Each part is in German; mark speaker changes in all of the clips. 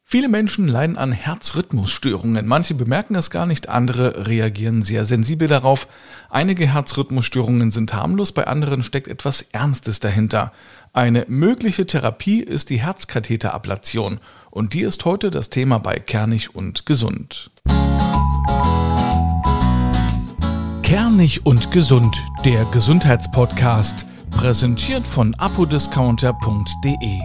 Speaker 1: Viele Menschen leiden an Herzrhythmusstörungen. Manche bemerken es gar nicht, andere reagieren sehr sensibel darauf. Einige Herzrhythmusstörungen sind harmlos, bei anderen steckt etwas Ernstes dahinter. Eine mögliche Therapie ist die Herzkatheterablation. Und die ist heute das Thema bei Kernig und Gesund. Kernig und Gesund, der Gesundheitspodcast, präsentiert von apodiscounter.de.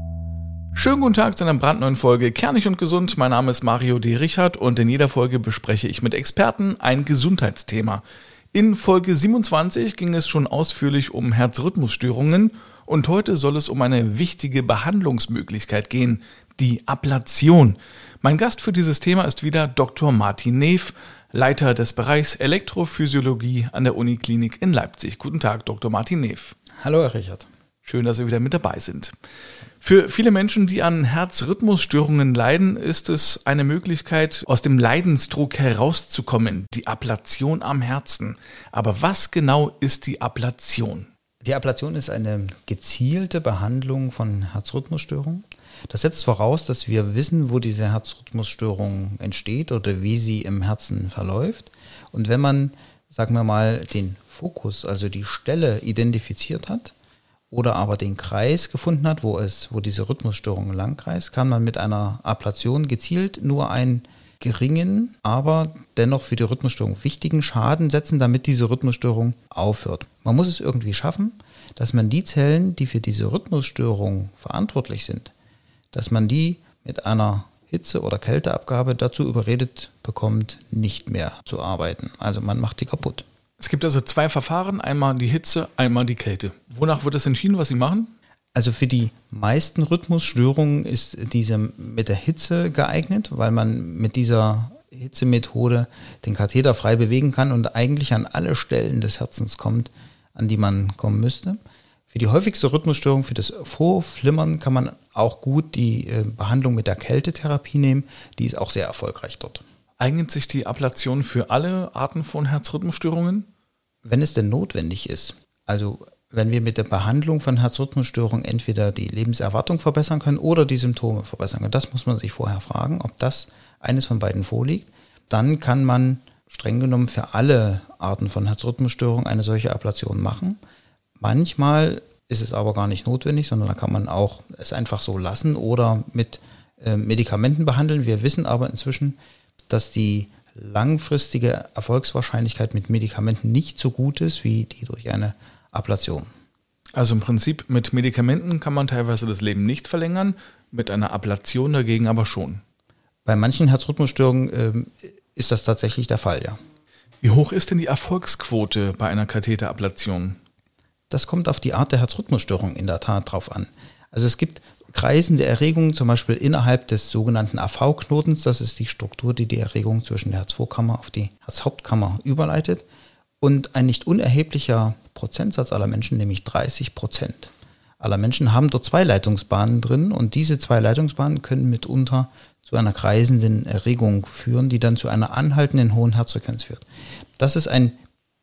Speaker 1: Schönen guten Tag zu einer brandneuen Folge Kernig und Gesund. Mein Name ist Mario D. Richard und in jeder Folge bespreche ich mit Experten ein Gesundheitsthema. In Folge 27 ging es schon ausführlich um Herzrhythmusstörungen und heute soll es um eine wichtige Behandlungsmöglichkeit gehen, die Ablation. Mein Gast für dieses Thema ist wieder Dr. Martin Neef, Leiter des Bereichs Elektrophysiologie an der Uniklinik in Leipzig. Guten Tag, Dr. Martin Neef.
Speaker 2: Hallo, Herr Richard.
Speaker 1: Schön, dass Sie wieder mit dabei sind. Für viele Menschen, die an Herzrhythmusstörungen leiden, ist es eine Möglichkeit, aus dem Leidensdruck herauszukommen, die Ablation am Herzen. Aber was genau ist die Ablation?
Speaker 2: Die Ablation ist eine gezielte Behandlung von Herzrhythmusstörungen. Das setzt voraus, dass wir wissen, wo diese Herzrhythmusstörung entsteht oder wie sie im Herzen verläuft. Und wenn man, sagen wir mal, den Fokus, also die Stelle identifiziert hat, oder aber den Kreis gefunden hat, wo diese Rhythmusstörung langkreist, kann man mit einer Ablation gezielt nur einen geringen, aber dennoch für die Rhythmusstörung wichtigen Schaden setzen, damit diese Rhythmusstörung aufhört. Man muss es irgendwie schaffen, dass man die Zellen, die für diese Rhythmusstörung verantwortlich sind, dass man die mit einer Hitze- oder Kälteabgabe dazu überredet bekommt, nicht mehr zu arbeiten. Also man macht die kaputt.
Speaker 1: Es gibt also zwei Verfahren, einmal die Hitze, einmal die Kälte. Wonach wird es entschieden, was Sie machen?
Speaker 2: Also für die meisten Rhythmusstörungen ist diese mit der Hitze geeignet, weil man mit dieser Hitzemethode den Katheter frei bewegen kann und eigentlich an alle Stellen des Herzens kommt, an die man kommen müsste. Für die häufigste Rhythmusstörung, für das Vorflimmern, kann man auch gut die Behandlung mit der Kältetherapie nehmen. Die ist auch sehr erfolgreich dort.
Speaker 1: Eignet sich die Ablation für alle Arten von Herzrhythmusstörungen?
Speaker 2: Wenn es denn notwendig ist, also wenn wir mit der Behandlung von Herzrhythmusstörungen entweder die Lebenserwartung verbessern können oder die Symptome verbessern können, das muss man sich vorher fragen, ob das eines von beiden vorliegt, dann kann man streng genommen für alle Arten von Herzrhythmusstörungen eine solche Ablation machen. Manchmal ist es aber gar nicht notwendig, sondern da kann man auch es einfach so lassen oder mit Medikamenten behandeln. Wir wissen aber inzwischen, dass die langfristige Erfolgswahrscheinlichkeit mit Medikamenten nicht so gut ist wie die durch eine Ablation.
Speaker 1: Also im Prinzip mit Medikamenten kann man teilweise das Leben nicht verlängern, mit einer Ablation dagegen aber schon.
Speaker 2: Bei manchen Herzrhythmusstörungen ist das tatsächlich der Fall, ja.
Speaker 1: Wie hoch ist denn die Erfolgsquote bei einer Katheterablation?
Speaker 2: Das kommt auf die Art der Herzrhythmusstörung in der Tat drauf an. Also es gibt kreisende Erregungen, zum Beispiel innerhalb des sogenannten AV-Knotens. Das ist die Struktur, die die Erregung zwischen der Herzvorkammer auf die Herzhauptkammer überleitet. Und ein nicht unerheblicher Prozentsatz aller Menschen, nämlich 30% aller Menschen, haben dort zwei Leitungsbahnen drin. Und diese zwei Leitungsbahnen können mitunter zu einer kreisenden Erregung führen, die dann zu einer anhaltenden hohen Herzfrequenz führt. Das ist ein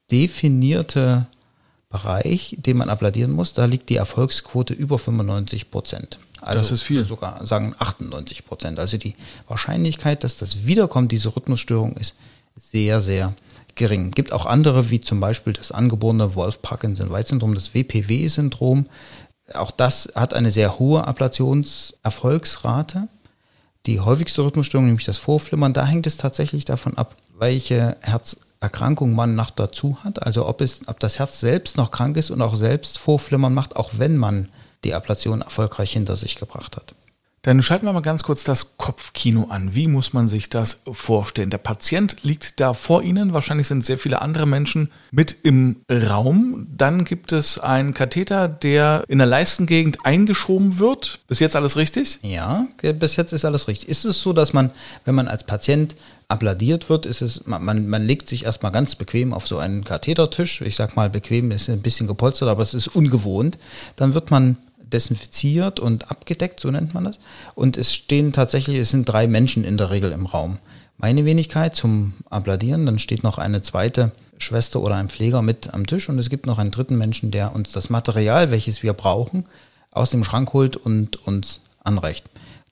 Speaker 2: definierter Bereich, den man abladieren muss. Da liegt die Erfolgsquote über 95%. Also
Speaker 1: das ist viel.
Speaker 2: Sogar sagen 98%. Also die Wahrscheinlichkeit, dass das wiederkommt, diese Rhythmusstörung, ist sehr, sehr gering. Es gibt auch andere, wie zum Beispiel das angeborene Wolff-Parkinson-White-Syndrom, das WPW-Syndrom. Auch das hat eine sehr hohe Ablationserfolgsrate. Die häufigste Rhythmusstörung, nämlich das Vorflimmern, da hängt es tatsächlich davon ab, welche Herzerkrankung man noch dazu hat. Also ob das Herz selbst noch krank ist und auch selbst Vorflimmern macht, auch wenn man die Ablation erfolgreich hinter sich gebracht hat.
Speaker 1: Dann schalten wir mal ganz kurz das Kopfkino an. Wie muss man sich das vorstellen? Der Patient liegt da vor Ihnen, wahrscheinlich sind sehr viele andere Menschen mit im Raum. Dann gibt es einen Katheter, der in der Leistengegend eingeschoben wird. Bis jetzt alles richtig?
Speaker 2: Ja, bis jetzt ist alles richtig. Ist es so, dass man, wenn man als Patient abladiert wird, man legt sich erstmal ganz bequem auf so einen Kathetertisch. Ich sag mal, bequem ist ein bisschen gepolstert, aber es ist ungewohnt. Dann wird man desinfiziert und abgedeckt, so nennt man das. Und es sind 3 Menschen in der Regel im Raum. Meine Wenigkeit zum Abladieren, dann steht noch eine zweite Schwester oder ein Pfleger mit am Tisch und es gibt noch einen dritten Menschen, der uns das Material, welches wir brauchen, aus dem Schrank holt und uns anreicht.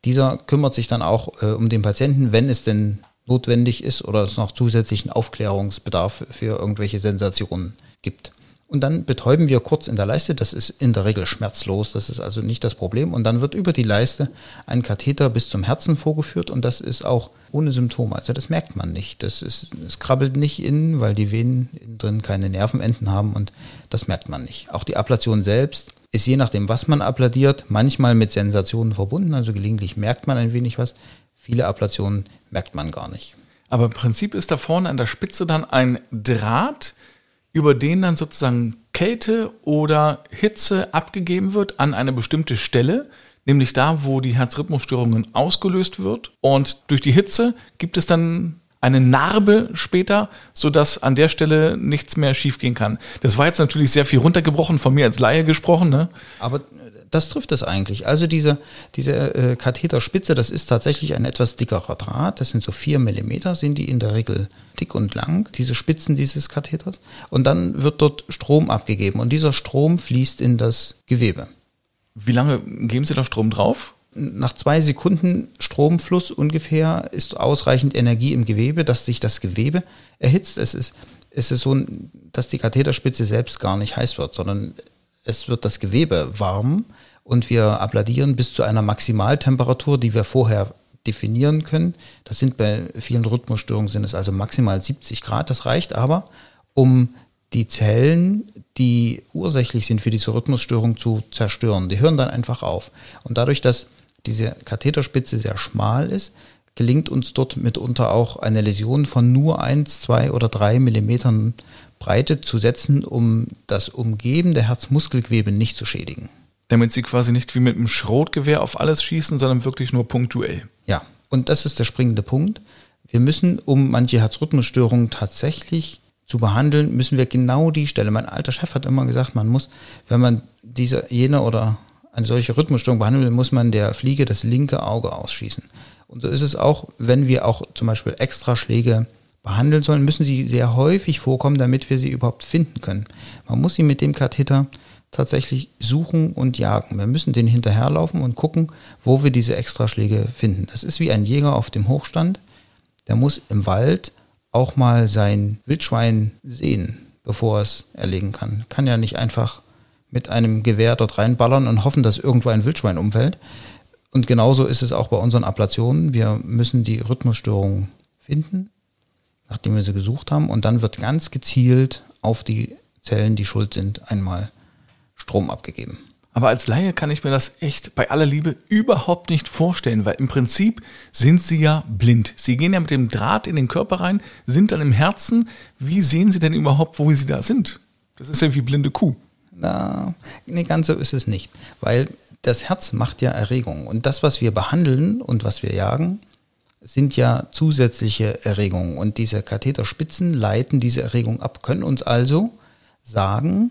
Speaker 2: Dieser kümmert sich dann auch um den Patienten, wenn es denn notwendig ist oder es noch zusätzlichen Aufklärungsbedarf für irgendwelche Sensationen gibt. Und dann betäuben wir kurz in der Leiste, das ist in der Regel schmerzlos, das ist also nicht das Problem. Und dann wird über die Leiste ein Katheter bis zum Herzen vorgeführt und das ist auch ohne Symptome. Also das merkt man nicht, es krabbelt nicht innen, weil die Venen innen drin keine Nervenenden haben und das merkt man nicht. Auch die Ablation selbst ist je nachdem, was man abladiert, manchmal mit Sensationen verbunden, also gelegentlich merkt man ein wenig was. Viele Ablationen merkt man gar nicht.
Speaker 1: Aber im Prinzip ist da vorne an der Spitze dann ein Draht, über den dann sozusagen Kälte oder Hitze abgegeben wird an eine bestimmte Stelle, nämlich da, wo die Herzrhythmusstörungen ausgelöst wird. Und durch die Hitze gibt es dann eine Narbe später, sodass an der Stelle nichts mehr schiefgehen kann. Das war jetzt natürlich sehr viel runtergebrochen, von mir als Laie gesprochen, ne?
Speaker 2: Aber das trifft es eigentlich. Also diese Katheterspitze, das ist tatsächlich ein etwas dickerer Draht. Das sind so 4 Millimeter, sind die in der Regel dick und lang, diese Spitzen dieses Katheters. Und dann wird dort Strom abgegeben und dieser Strom fließt in das Gewebe.
Speaker 1: Wie lange geben Sie da Strom drauf?
Speaker 2: Nach 2 Sekunden Stromfluss ungefähr ist ausreichend Energie im Gewebe, dass sich das Gewebe erhitzt. Es ist so, dass die Katheterspitze selbst gar nicht heiß wird, sondern es wird das Gewebe warm und wir abladieren bis zu einer Maximaltemperatur, die wir vorher definieren können. Das sind bei vielen Rhythmusstörungen sind es also maximal 70 Grad. Das reicht aber, um die Zellen, die ursächlich sind für diese Rhythmusstörung, zu zerstören. Die hören dann einfach auf. Und dadurch, dass diese Katheterspitze sehr schmal ist, gelingt uns dort mitunter auch eine Läsion von nur 1, 2 oder 3 Millimetern Breite zu setzen, um das umgebende Herzmuskelgewebe nicht zu schädigen.
Speaker 1: Damit Sie quasi nicht wie mit einem Schrotgewehr auf alles schießen, sondern wirklich nur punktuell.
Speaker 2: Ja, und das ist der springende Punkt. Wir müssen, um manche Herzrhythmusstörungen tatsächlich zu behandeln, müssen wir genau die Stelle. Mein alter Chef hat immer gesagt, man muss, wenn man jene oder eine solche Rhythmusstörung behandeln will, muss man der Fliege das linke Auge ausschießen. Und so ist es auch, wenn wir auch zum Beispiel Extraschläge behandeln sollen, müssen sie sehr häufig vorkommen, damit wir sie überhaupt finden können. Man muss sie mit dem Katheter tatsächlich suchen und jagen. Wir müssen den hinterherlaufen und gucken, wo wir diese Extraschläge finden. Das ist wie ein Jäger auf dem Hochstand. Der muss im Wald auch mal sein Wildschwein sehen, bevor er es erlegen kann. Kann ja nicht einfach mit einem Gewehr dort reinballern und hoffen, dass irgendwo ein Wildschwein umfällt. Und genauso ist es auch bei unseren Ablationen. Wir müssen die Rhythmusstörung finden, nachdem wir sie gesucht haben. Und dann wird ganz gezielt auf die Zellen, die schuld sind, einmal Strom abgegeben.
Speaker 1: Aber als Laie kann ich mir das echt bei aller Liebe überhaupt nicht vorstellen, weil im Prinzip sind Sie ja blind. Sie gehen ja mit dem Draht in den Körper rein, sind dann im Herzen. Wie sehen Sie denn überhaupt, wo Sie da sind? Das ist ja wie blinde Kuh.
Speaker 2: Na, nee, ganz so ist es nicht, weil das Herz macht ja Erregung. Und das, was wir behandeln und was wir jagen, sind ja zusätzliche Erregungen. Und diese Katheterspitzen leiten diese Erregung ab, können uns also sagen,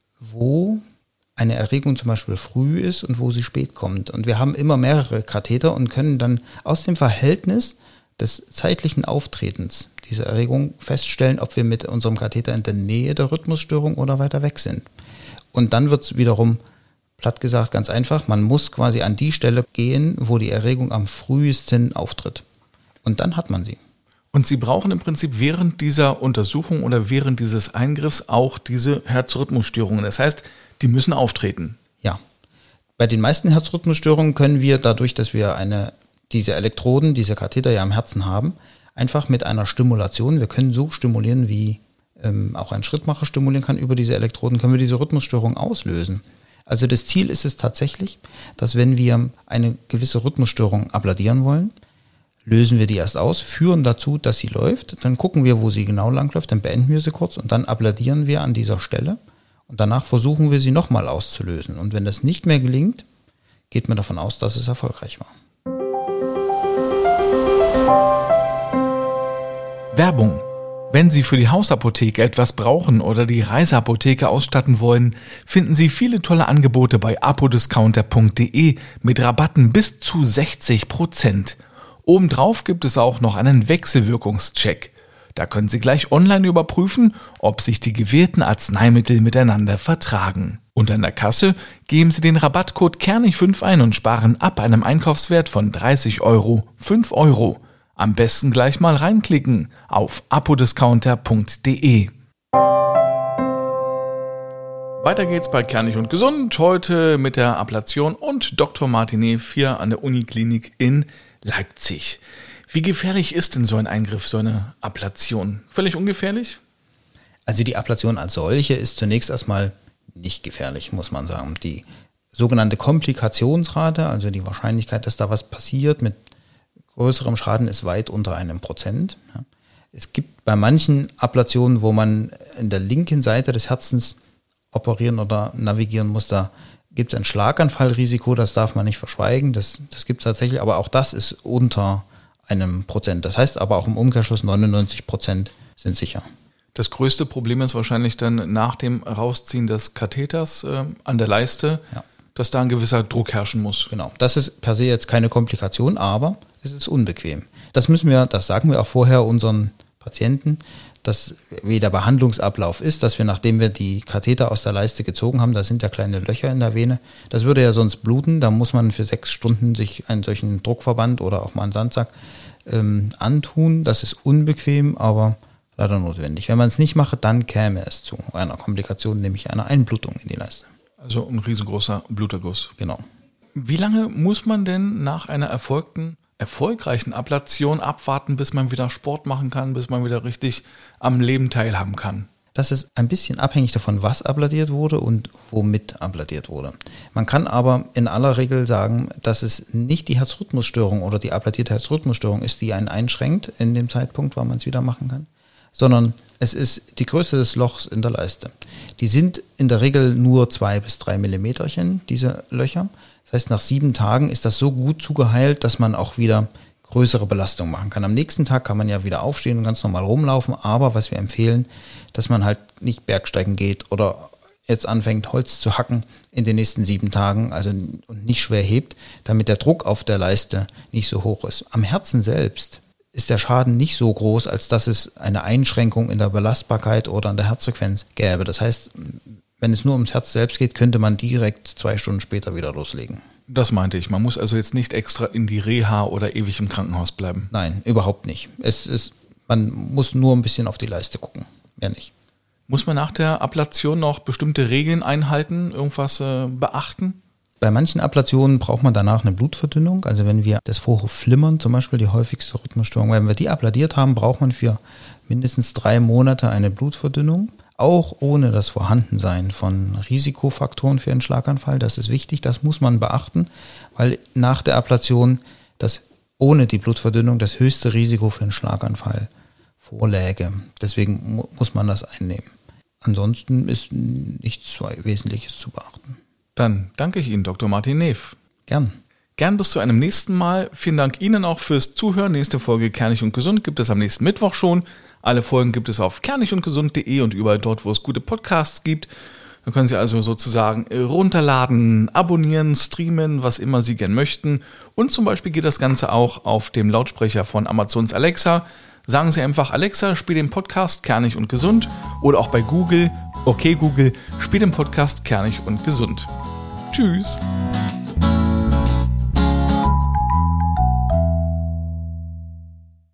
Speaker 2: wo eine Erregung zum Beispiel früh ist und wo sie spät kommt. Und wir haben immer mehrere Katheter und können dann aus dem Verhältnis des zeitlichen Auftretens dieser Erregung feststellen, ob wir mit unserem Katheter in der Nähe der Rhythmusstörung oder weiter weg sind. Und dann wird es wiederum, platt gesagt, ganz einfach, man muss quasi an die Stelle gehen, wo die Erregung am frühesten auftritt. Und dann hat man sie.
Speaker 1: Und Sie brauchen im Prinzip während dieser Untersuchung oder während dieses Eingriffs auch diese Herzrhythmusstörungen. Das heißt, die müssen auftreten.
Speaker 2: Ja. Bei den meisten Herzrhythmusstörungen können wir dadurch, dass wir diese Elektroden, diese Katheter ja am Herzen haben, einfach mit einer Stimulation, wir können so stimulieren, wie auch ein Schrittmacher stimulieren kann, über diese Elektroden können wir diese Rhythmusstörung auslösen. Also das Ziel ist es tatsächlich, dass wenn wir eine gewisse Rhythmusstörung abladieren wollen, lösen wir die erst aus, führen dazu, dass sie läuft, dann gucken wir, wo sie genau langläuft, dann beenden wir sie kurz und dann abladieren wir an dieser Stelle und danach versuchen wir sie nochmal auszulösen. Und wenn das nicht mehr gelingt, geht man davon aus, dass es erfolgreich war.
Speaker 1: Werbung. Wenn Sie für die Hausapotheke etwas brauchen oder die Reiseapotheke ausstatten wollen, finden Sie viele tolle Angebote bei apodiscounter.de mit Rabatten bis zu 60%. Obendrauf gibt es auch noch einen Wechselwirkungscheck. Da können Sie gleich online überprüfen, ob sich die gewählten Arzneimittel miteinander vertragen. Und an der Kasse geben Sie den Rabattcode Kernig5 ein und sparen ab einem Einkaufswert von 30 € 5 €. Am besten gleich mal reinklicken auf apodiscounter.de. Weiter geht's bei Kernig und Gesund, heute mit der Ablation und Dr. Martin Neff hier an der Uniklinik in Leipzig. Wie gefährlich ist denn so ein Eingriff, so eine Ablation? Völlig ungefährlich?
Speaker 2: Also die Ablation als solche ist zunächst erstmal nicht gefährlich, muss man sagen. Die sogenannte Komplikationsrate, also die Wahrscheinlichkeit, dass da was passiert mit größerem Schaden, ist weit unter 1%. Es gibt bei manchen Ablationen, wo man in der linken Seite des Herzens operieren oder navigieren muss, da gibt es ein Schlaganfallrisiko, das darf man nicht verschweigen, das gibt es tatsächlich, aber auch das ist unter 1%. Das heißt aber auch im Umkehrschluss 99% sind sicher.
Speaker 1: Das größte Problem ist wahrscheinlich dann nach dem Rausziehen des Katheters an der Leiste, dass da ein gewisser Druck herrschen muss.
Speaker 2: Genau, das ist per se jetzt keine Komplikation, aber es ist unbequem. Das sagen wir auch vorher unseren Patienten, dass wie der Behandlungsablauf ist, dass wir, nachdem wir die Katheter aus der Leiste gezogen haben, da sind ja kleine Löcher in der Vene, das würde ja sonst bluten, da muss man für 6 Stunden sich einen solchen Druckverband oder auch mal einen Sandsack antun. Das ist unbequem, aber leider notwendig. Wenn man es nicht mache, dann käme es zu einer Komplikation, nämlich einer Einblutung in die Leiste.
Speaker 1: Also ein riesengroßer Bluterguss.
Speaker 2: Genau.
Speaker 1: Wie lange muss man denn nach einer erfolgreichen Ablation abwarten, bis man wieder Sport machen kann, bis man wieder richtig am Leben teilhaben kann?
Speaker 2: Das ist ein bisschen abhängig davon, was abladiert wurde und womit abladiert wurde. Man kann aber in aller Regel sagen, dass es nicht die Herzrhythmusstörung oder die abladierte Herzrhythmusstörung ist, die einen einschränkt in dem Zeitpunkt, wann man es wieder machen kann, sondern es ist die Größe des Lochs in der Leiste. Die sind in der Regel nur 2 bis 3 Millimeterchen, diese Löcher. Das heißt, nach 7 Tagen ist das so gut zugeheilt, dass man auch wieder größere Belastung machen kann. Am nächsten Tag kann man ja wieder aufstehen und ganz normal rumlaufen, aber was wir empfehlen, dass man halt nicht Bergsteigen geht oder jetzt anfängt, Holz zu hacken in den nächsten 7 Tagen, also und nicht schwer hebt, damit der Druck auf der Leiste nicht so hoch ist. Am Herzen selbst ist der Schaden nicht so groß, als dass es eine Einschränkung in der Belastbarkeit oder an der Herzfrequenz gäbe. Das heißt, wenn es nur ums Herz selbst geht, könnte man direkt 2 Stunden später wieder loslegen.
Speaker 1: Das meinte ich. Man muss also jetzt nicht extra in die Reha oder ewig im Krankenhaus bleiben.
Speaker 2: Nein, überhaupt nicht. Man muss nur ein bisschen auf die Leiste gucken, mehr nicht.
Speaker 1: Muss man nach der Ablation noch bestimmte Regeln einhalten, irgendwas beachten?
Speaker 2: Bei manchen Ablationen braucht man danach eine Blutverdünnung. Also wenn wir das Vorhofflimmern, zum Beispiel die häufigste Rhythmusstörung, wenn wir die abladiert haben, braucht man für mindestens 3 Monate eine Blutverdünnung. Auch ohne das Vorhandensein von Risikofaktoren für einen Schlaganfall. Das ist wichtig, das muss man beachten, weil nach der Ablation ohne die Blutverdünnung das höchste Risiko für einen Schlaganfall vorläge. Deswegen muss man das einnehmen. Ansonsten ist nichts Wesentliches zu beachten.
Speaker 1: Dann danke ich Ihnen, Dr. Martin Neff.
Speaker 2: Gern.
Speaker 1: Gern bis zu einem nächsten Mal. Vielen Dank Ihnen auch fürs Zuhören. Nächste Folge Kernig und Gesund gibt es am nächsten Mittwoch schon. Alle Folgen gibt es auf kernigundgesund.de und überall dort, wo es gute Podcasts gibt. Da können Sie also sozusagen runterladen, abonnieren, streamen, was immer Sie gern möchten. Und zum Beispiel geht das Ganze auch auf dem Lautsprecher von Amazons Alexa. Sagen Sie einfach, Alexa, spiel den Podcast Kernig und Gesund. Oder auch bei Google, okay Google, spiel den Podcast Kernig und Gesund. Tschüss.